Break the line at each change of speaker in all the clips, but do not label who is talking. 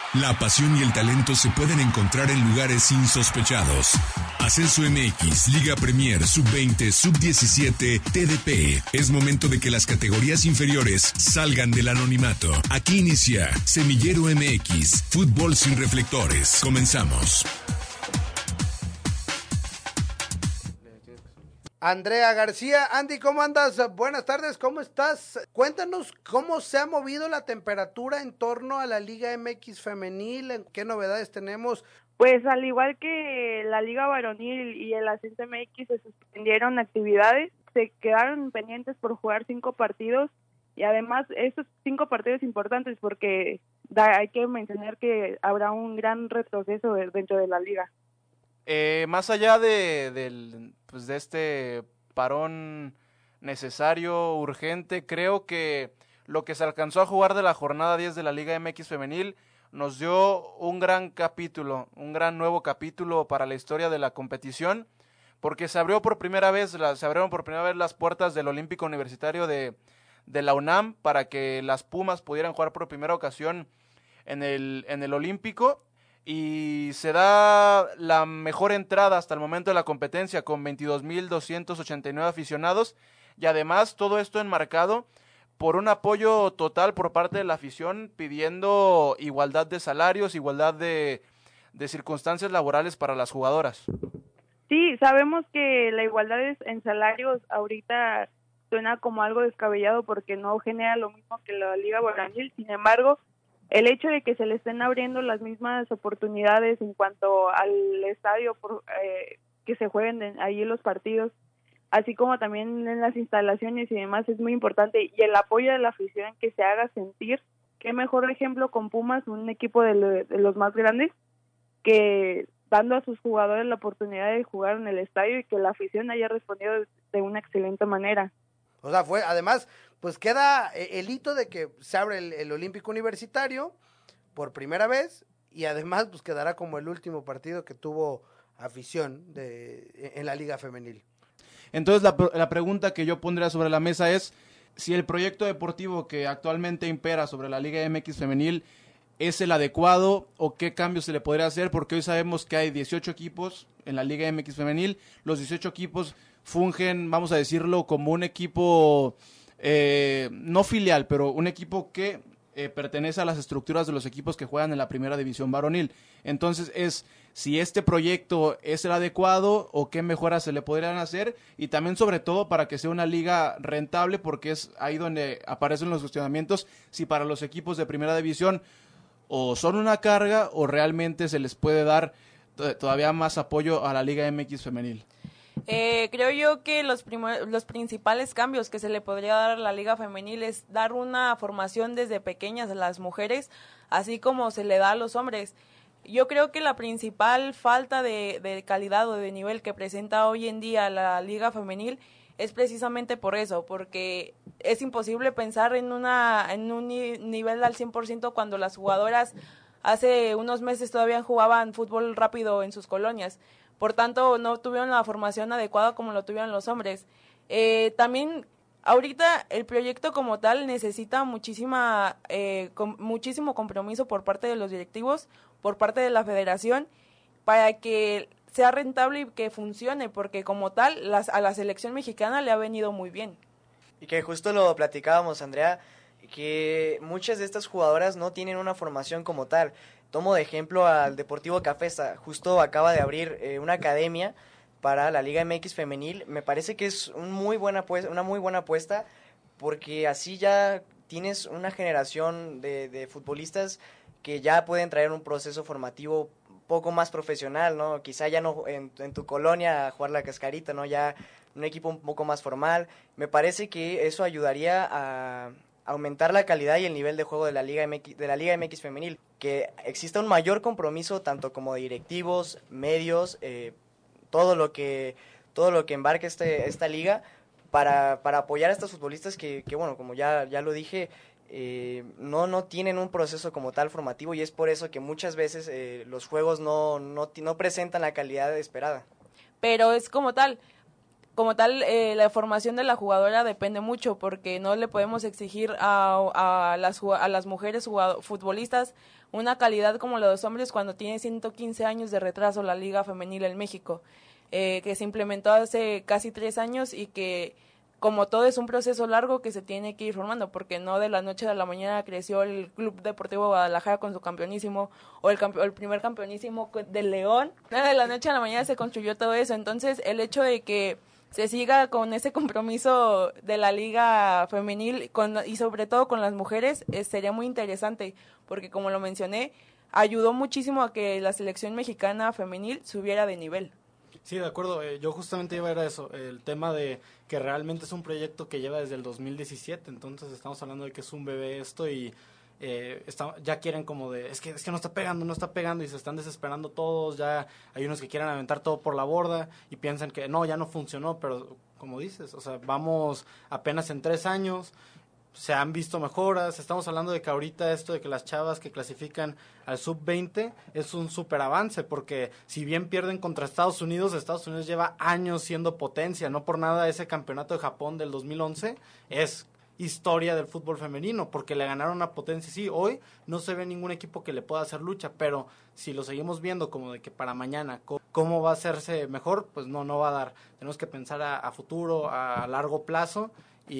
La pasión y el talento se pueden encontrar en lugares insospechados. Ascenso MX, Liga Premier, Sub-20, Sub-17, TDP. Es momento de que las categorías inferiores salgan del anonimato. Aquí inicia Semillero MX, fútbol sin reflectores. Comenzamos.
Andrea García, Andy, ¿cómo andas? Buenas tardes, ¿cómo estás? Cuéntanos cómo se ha movido la temperatura en torno a la Liga MX femenil, qué novedades tenemos.
Pues al igual que la Liga Varonil y el Ascenso MX se suspendieron actividades, se quedaron pendientes por jugar 5 partidos y además estos 5 partidos importantes porque hay que mencionar que habrá un gran retroceso dentro de la liga.
Más allá de este parón necesario, urgente, creo que lo que se alcanzó a jugar de la jornada 10 de la Liga MX femenil nos dio un gran capítulo, un gran nuevo capítulo para la historia de la competición, porque se abrieron por primera vez las puertas del Olímpico Universitario de la UNAM para que las Pumas pudieran jugar por primera ocasión en el Olímpico. Y se da la mejor entrada hasta el momento de la competencia con 22,289 aficionados y además todo esto enmarcado por un apoyo total por parte de la afición pidiendo igualdad de salarios, igualdad de circunstancias laborales para las jugadoras.
Sí, sabemos que la igualdad en salarios ahorita suena como algo descabellado porque no genera lo mismo que la Liga Varonil, sin embargo, el hecho de que se le estén abriendo las mismas oportunidades en cuanto al estadio que se jueguen ahí los partidos, así como también en las instalaciones y demás, es muy importante. Y el apoyo de la afición que se haga sentir, qué mejor ejemplo con Pumas, un equipo de los más grandes, que dando a sus jugadores la oportunidad de jugar en el estadio y que la afición haya respondido de una excelente manera.
O sea, además, pues queda el hito de que se abre el Olímpico Universitario por primera vez y además pues quedará como el último partido que tuvo afición en la Liga Femenil.
Entonces la pregunta que yo pondría sobre la mesa es si el proyecto deportivo que actualmente impera sobre la Liga MX femenil es el adecuado o qué cambios se le podría hacer, porque hoy sabemos que hay 18 equipos en la Liga MX femenil, los 18 equipos fungen, vamos a decirlo, como un equipo no filial, pero un equipo que pertenece a las estructuras de los equipos que juegan en la primera división varonil. Entonces es si este proyecto es el adecuado o qué mejoras se le podrían hacer y también sobre todo para que sea una liga rentable, porque es ahí donde aparecen los cuestionamientos si para los equipos de primera división o son una carga o realmente se les puede dar todavía más apoyo a la Liga MX femenil.
Creo yo que los principales cambios que se le podría dar a la Liga Femenil es dar una formación desde pequeñas a las mujeres, así como se le da a los hombres. Yo creo que la principal falta de calidad o de nivel que presenta hoy en día la Liga Femenil es precisamente por eso, porque es imposible pensar en un nivel al 100% cuando las jugadoras hace unos meses todavía jugaban fútbol rápido en sus colonias. Por tanto, no tuvieron la formación adecuada como lo tuvieron los hombres. También, ahorita el proyecto como tal necesita muchísimo compromiso por parte de los directivos, por parte de la federación, para que sea rentable y que funcione, porque como tal, a la selección mexicana le ha venido muy bien.
Y que justo lo platicábamos, Andrea, que muchas de estas jugadoras no tienen una formación como tal. Tomo de ejemplo al Deportivo Cafesa, justo acaba de abrir una academia para la Liga MX femenil. Me parece que es una muy buena apuesta porque así ya tienes una generación de futbolistas que ya pueden traer un proceso formativo un poco más profesional, ¿no? Quizá ya no en tu colonia a jugar la cascarita, ¿no? Ya un equipo un poco más formal. Me parece que eso ayudaría a aumentar la calidad y el nivel de juego de la Liga MX femenil, que exista un mayor compromiso tanto como de directivos, medios, todo lo que embarque esta liga para apoyar a estos futbolistas que bueno, como ya lo dije, no tienen un proceso como tal formativo y es por eso que muchas veces los juegos no presentan la calidad esperada.
Pero es como tal, como tal, la formación de la jugadora depende mucho porque no le podemos exigir a las mujeres futbolistas una calidad como la de los hombres cuando tiene 115 años de retraso la Liga Femenil en México, que se implementó hace casi 3 años y que, como todo, es un proceso largo que se tiene que ir formando, porque no de la noche a la mañana creció el Club Deportivo Guadalajara con su campeonísimo, o el primer campeonísimo del León. No de la noche a la mañana se construyó todo eso. Entonces, el hecho de que se siga con ese compromiso de la Liga Femenil y sobre todo con las mujeres sería muy interesante, porque como lo mencioné, ayudó muchísimo a que la selección mexicana femenil subiera de nivel.
Sí, de acuerdo. Yo justamente iba a ver eso, el tema de que realmente es un proyecto que lleva desde el 2017, entonces estamos hablando de que es un bebé esto y ya quieren como de, es que no está pegando y se están desesperando todos, ya hay unos que quieren aventar todo por la borda y piensan que no, ya no funcionó, pero como dices, o sea, vamos apenas en 3 años, se han visto mejoras, estamos hablando de que ahorita esto de que las chavas que clasifican al sub-20 es un súper avance, porque si bien pierden contra Estados Unidos lleva años siendo potencia, no por nada ese campeonato de Japón del 2011 es historia del fútbol femenino, porque le ganaron una potencia. Sí, hoy no se ve ningún equipo que le pueda hacer lucha, pero si lo seguimos viendo como de que para mañana, ¿cómo va a hacerse mejor? Pues no va a dar. Tenemos que pensar a futuro, a largo plazo,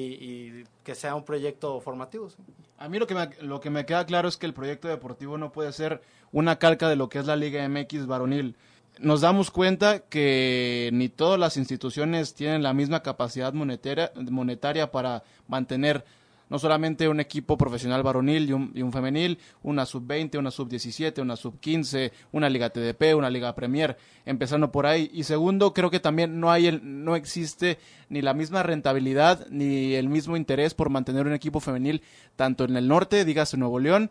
y que sea un proyecto formativo. ¿Sí?
A mí lo que me queda claro es que el proyecto deportivo no puede ser una calca de lo que es la Liga MX varonil. Nos damos cuenta que ni todas las instituciones tienen la misma capacidad monetaria para mantener no solamente un equipo profesional varonil y un femenil, una sub-20, una sub-17, una sub-15, una liga TDP, una liga Premier, empezando por ahí. Y segundo, creo que también no existe ni la misma rentabilidad ni el mismo interés por mantener un equipo femenil tanto en el norte, dígase Nuevo León,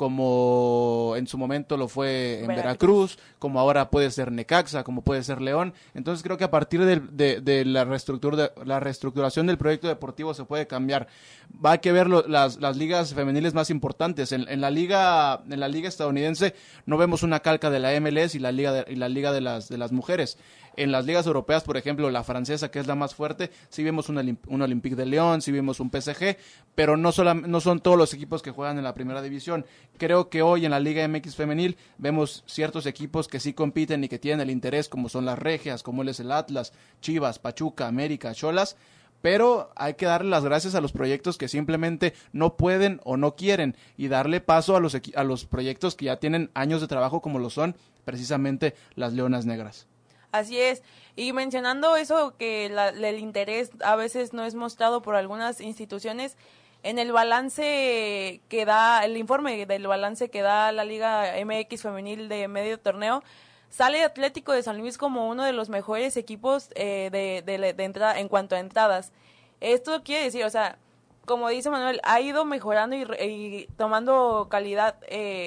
como en su momento lo fue en Veracruz, como ahora puede ser Necaxa, como puede ser León. Entonces creo que a partir de la reestructuración del proyecto deportivo se puede cambiar. Va a que ver las ligas femeniles más importantes. En la liga estadounidense no vemos una calca de la MLS y la liga de las mujeres. En las ligas europeas, por ejemplo, la francesa, que es la más fuerte, sí vemos un Olympique de Lyon, sí vemos un PSG, pero no son todos los equipos que juegan en la primera división. Creo que hoy en la Liga MX femenil vemos ciertos equipos que sí compiten y que tienen el interés, como son las Regias, como es el Atlas, Chivas, Pachuca, América, Xolas, pero hay que darle las gracias a los proyectos que simplemente no pueden o no quieren y darle paso a los proyectos que ya tienen años de trabajo, como lo son precisamente las Leonas Negras.
Así es, y mencionando eso que el interés a veces no es mostrado por algunas instituciones, en el balance que da, el informe del balance que da la Liga MX femenil de medio torneo, sale Atlético de San Luis como uno de los mejores equipos de entrada en cuanto a entradas. Esto quiere decir, o sea, como dice Manuel, ha ido mejorando y tomando calidad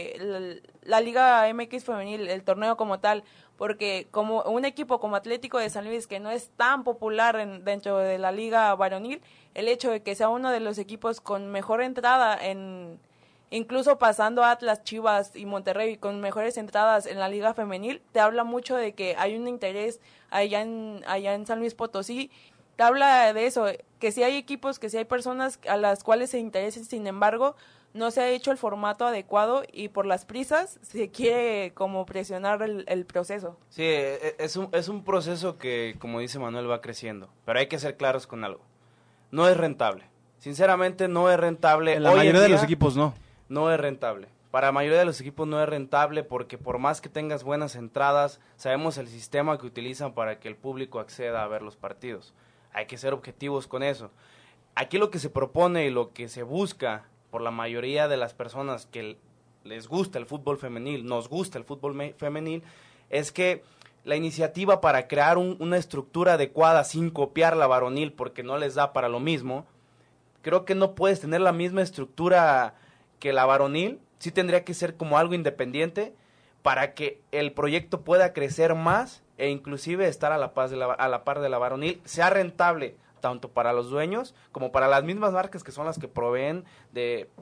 la Liga MX femenil, el torneo como tal, porque como un equipo como Atlético de San Luis, que no es tan popular dentro de la liga varonil, el hecho de que sea uno de los equipos con mejor entrada, incluso pasando a Atlas, Chivas y Monterrey con mejores entradas en la liga femenil, te habla mucho de que hay un interés allá en San Luis Potosí. Te habla de eso, que sí hay equipos, que sí hay personas a las cuales se interesen, sin embargo, no se ha hecho el formato adecuado y por las prisas se quiere como presionar el proceso.
Sí, es un proceso que, como dice Manuel, va creciendo, pero hay que ser claros con algo. No es rentable. Sinceramente, no es rentable.
En la mayoría de los equipos no.
No es rentable. Para la mayoría de los equipos no es rentable porque por más que tengas buenas entradas, sabemos el sistema que utilizan para que el público acceda a ver los partidos. Hay que ser objetivos con eso. Aquí lo que se propone y lo que se busca por la mayoría de las personas que les gusta el fútbol femenil, nos gusta el fútbol femenil, es que la iniciativa para crear una estructura adecuada sin copiar la varonil porque no les da para lo mismo, creo que no puedes tener la misma estructura que la varonil, sí tendría que ser como algo independiente para que el proyecto pueda crecer más e inclusive estar a la par de la varonil, sea rentable tanto para los dueños como para las mismas marcas que son las que proveen de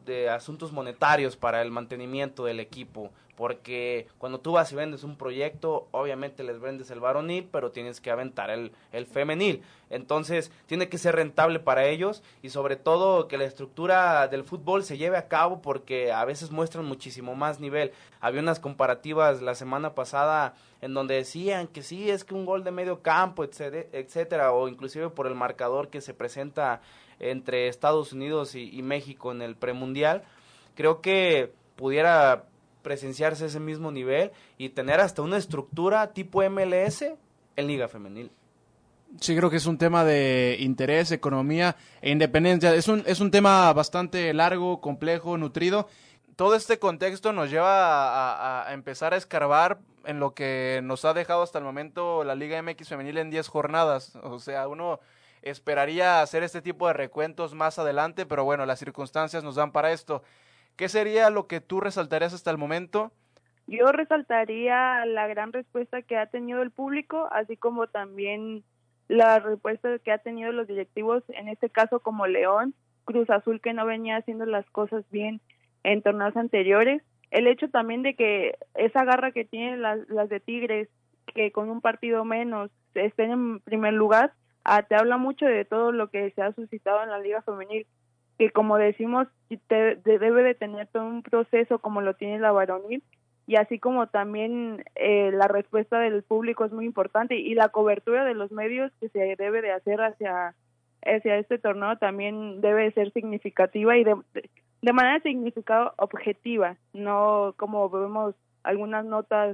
de asuntos monetarios para el mantenimiento del equipo, porque cuando tú vas y vendes un proyecto, obviamente les vendes el varonil, pero tienes que aventar el femenil. Entonces, tiene que ser rentable para ellos y sobre todo que la estructura del fútbol se lleve a cabo, porque a veces muestran muchísimo más nivel. Había unas comparativas la semana pasada en donde decían que sí, es que un gol de medio campo, etcétera, o inclusive por el marcador que se presenta entre Estados Unidos y México en el premundial. Creo que pudiera presenciarse ese mismo nivel y tener hasta una estructura tipo MLS en Liga Femenil.
Sí, creo que es un tema de interés, economía e independencia. Es un tema bastante largo, complejo, nutrido. Todo este contexto nos lleva a empezar a escarbar en lo que nos ha dejado hasta el momento la Liga MX Femenil en 10 jornadas. O sea, uno esperaría hacer este tipo de recuentos más adelante, pero bueno, las circunstancias nos dan para esto. ¿Qué sería lo que tú resaltarías hasta el momento?
Yo resaltaría la gran respuesta que ha tenido el público, así como también la respuesta que ha tenido los directivos, en este caso como León, Cruz Azul, que no venía haciendo las cosas bien en torneos anteriores. El hecho también de que esa garra que tienen las de Tigres, que con un partido menos estén en primer lugar, te habla mucho de todo lo que se ha suscitado en la Liga Femenil, que como decimos, debe de tener todo un proceso como lo tiene la varonil, y así como también la respuesta del público es muy importante, y la cobertura de los medios que se debe de hacer hacia este torneo también debe de ser significativa y de manera significada objetiva, no como vemos algunas notas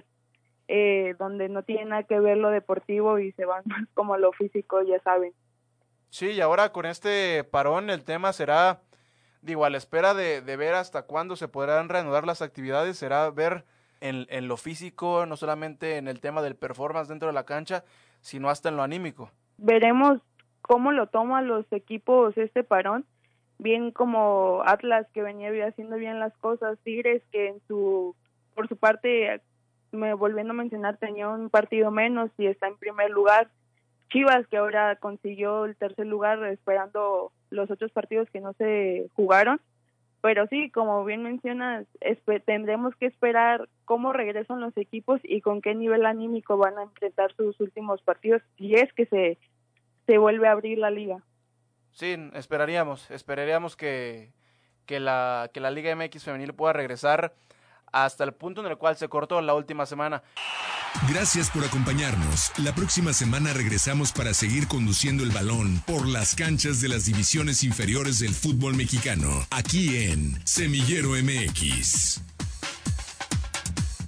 donde no tiene nada que ver lo deportivo y se van más como lo físico, ya saben.
Sí, y ahora con este parón el tema será, a la espera de ver hasta cuándo se podrán reanudar las actividades, será ver en lo físico, no solamente en el tema del performance dentro de la cancha, sino hasta en lo anímico.
Veremos cómo lo toman los equipos este parón, bien como Atlas, que venía haciendo bien las cosas, Tigres, que por su parte, volviendo a mencionar, tenía un partido menos y está en primer lugar, Chivas, que ahora consiguió el tercer lugar esperando los otros partidos que no se jugaron, pero sí, como bien mencionas, tendremos que esperar cómo regresan los equipos y con qué nivel anímico van a enfrentar sus últimos partidos, si es que se vuelve a abrir la liga.
Sí, esperaríamos que la Liga MX Femenil pueda regresar hasta el punto en el cual se cortó la última semana.
Gracias por acompañarnos. La próxima semana regresamos para seguir conduciendo el balón por las canchas de las divisiones inferiores del fútbol mexicano, aquí en Semillero MX.